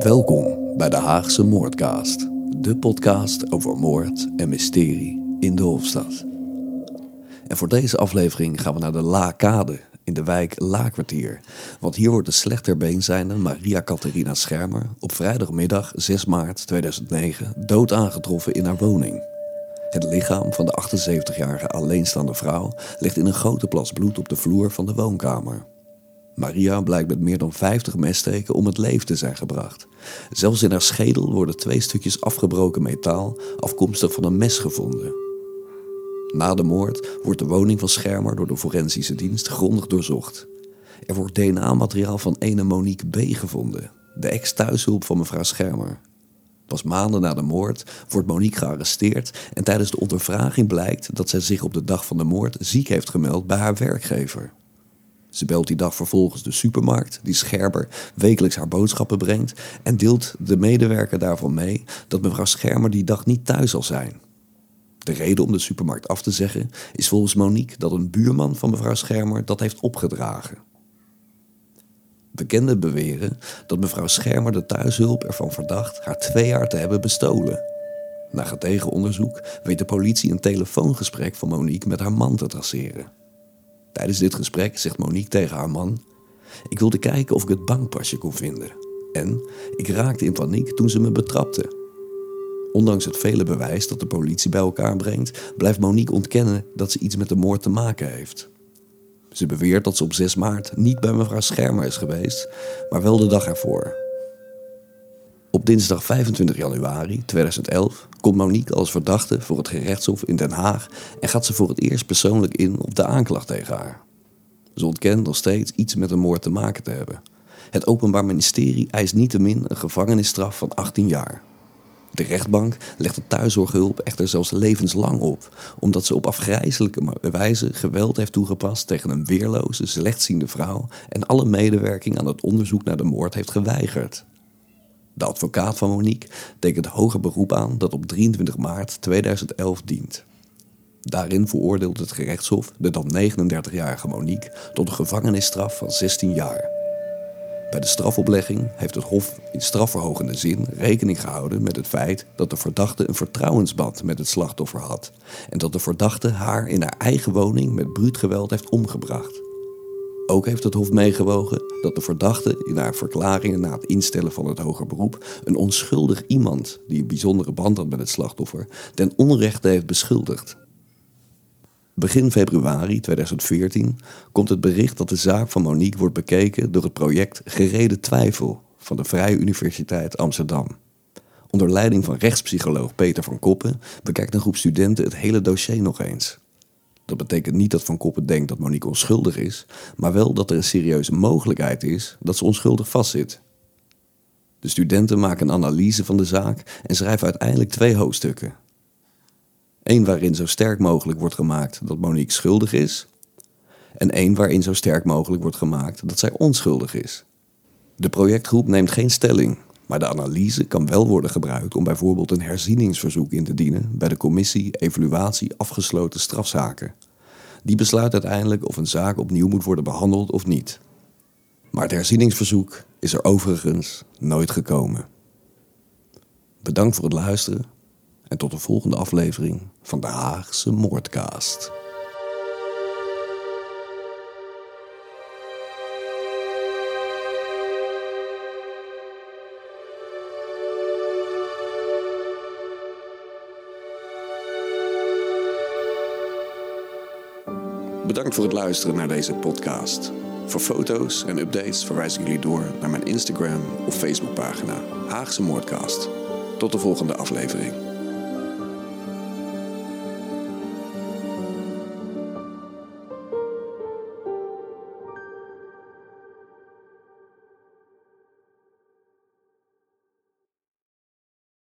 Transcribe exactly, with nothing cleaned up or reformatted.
Welkom bij de Haagse Moordcast, de podcast over moord en mysterie in de Hofstad. En voor deze aflevering gaan we naar de Laakade in de wijk Laakkwartier. Want hier wordt de slecht ter been zijnde Maria Catharina Schermer op vrijdagmiddag zes maart tweeduizend negen dood aangetroffen in haar woning. Het lichaam van de achtenzeventigjarige alleenstaande vrouw ligt in een grote plas bloed op de vloer van de woonkamer. Maria blijkt met meer dan vijftig messteken om het leven te zijn gebracht. Zelfs in haar schedel worden twee stukjes afgebroken metaal afkomstig van een mes gevonden. Na de moord wordt de woning van Schermer door de forensische dienst grondig doorzocht. Er wordt D N A-materiaal van ene Monique B. gevonden, de ex-thuishulp van mevrouw Schermer. Pas maanden na de moord wordt Monique gearresteerd en tijdens de ondervraging blijkt dat zij zich op de dag van de moord ziek heeft gemeld bij haar werkgever. Ze belt die dag vervolgens de supermarkt die Schermer wekelijks haar boodschappen brengt en deelt de medewerker daarvan mee dat mevrouw Schermer die dag niet thuis zal zijn. De reden om de supermarkt af te zeggen is volgens Monique dat een buurman van mevrouw Schermer dat heeft opgedragen. Bekenden beweren dat mevrouw Schermer de thuishulp ervan verdacht haar twee jaar te hebben bestolen. Na gedegen onderzoek weet de politie een telefoongesprek van Monique met haar man te traceren. Tijdens dit gesprek zegt Monique tegen haar man: "Ik wilde kijken of ik het bankpasje kon vinden. En ik raakte in paniek toen ze me betrapte." Ondanks het vele bewijs dat de politie bij elkaar brengt, blijft Monique ontkennen dat ze iets met de moord te maken heeft. Ze beweert dat ze op zes maart niet bij mevrouw Schermer is geweest, maar wel de dag ervoor. Op dinsdag vijfentwintig januari tweeduizend elf komt Monique als verdachte voor het gerechtshof in Den Haag en gaat ze voor het eerst persoonlijk in op de aanklacht tegen haar. Ze ontkent nog steeds iets met de moord te maken te hebben. Het Openbaar Ministerie eist niettemin een gevangenisstraf van achttien jaar. De rechtbank legt de thuiszorghulp echter zelfs levenslang op, omdat ze op afgrijselijke wijze geweld heeft toegepast tegen een weerloze, slechtziende vrouw en alle medewerking aan het onderzoek naar de moord heeft geweigerd. De advocaat van Monique tekent hoger beroep aan dat op drieëntwintig maart tweeduizend elf dient. Daarin veroordeelt het gerechtshof de dan negenendertigjarige Monique tot een gevangenisstraf van zestien jaar. Bij de strafoplegging heeft het Hof in strafverhogende zin rekening gehouden met het feit dat de verdachte een vertrouwensband met het slachtoffer had en dat de verdachte haar in haar eigen woning met bruut geweld heeft omgebracht. Ook heeft het Hof meegewogen dat de verdachte in haar verklaringen na het instellen van het hoger beroep een onschuldig iemand die een bijzondere band had met het slachtoffer ten onrechte heeft beschuldigd. Begin februari tweeduizend veertien komt het bericht dat de zaak van Monique wordt bekeken door het project Gereden Twijfel van de Vrije Universiteit Amsterdam. Onder leiding van rechtspsycholoog Peter van Koppen bekijkt een groep studenten het hele dossier nog eens. Dat betekent niet dat Van Koppen denkt dat Monique onschuldig is, maar wel dat er een serieuze mogelijkheid is dat ze onschuldig vastzit. De studenten maken een analyse van de zaak en schrijven uiteindelijk twee hoofdstukken. Eén waarin zo sterk mogelijk wordt gemaakt dat Monique schuldig is en één waarin zo sterk mogelijk wordt gemaakt dat zij onschuldig is. De projectgroep neemt geen stelling, maar de analyse kan wel worden gebruikt om bijvoorbeeld een herzieningsverzoek in te dienen bij de commissie Evaluatie Afgesloten Strafzaken. Die besluit uiteindelijk of een zaak opnieuw moet worden behandeld of niet. Maar het herzieningsverzoek is er overigens nooit gekomen. Bedankt voor het luisteren en tot de volgende aflevering van de Haagse Moordcast. Bedankt voor het luisteren naar deze podcast. Voor foto's en updates verwijs ik jullie door naar mijn Instagram of Facebookpagina Haagse Moordcast. Tot de volgende aflevering.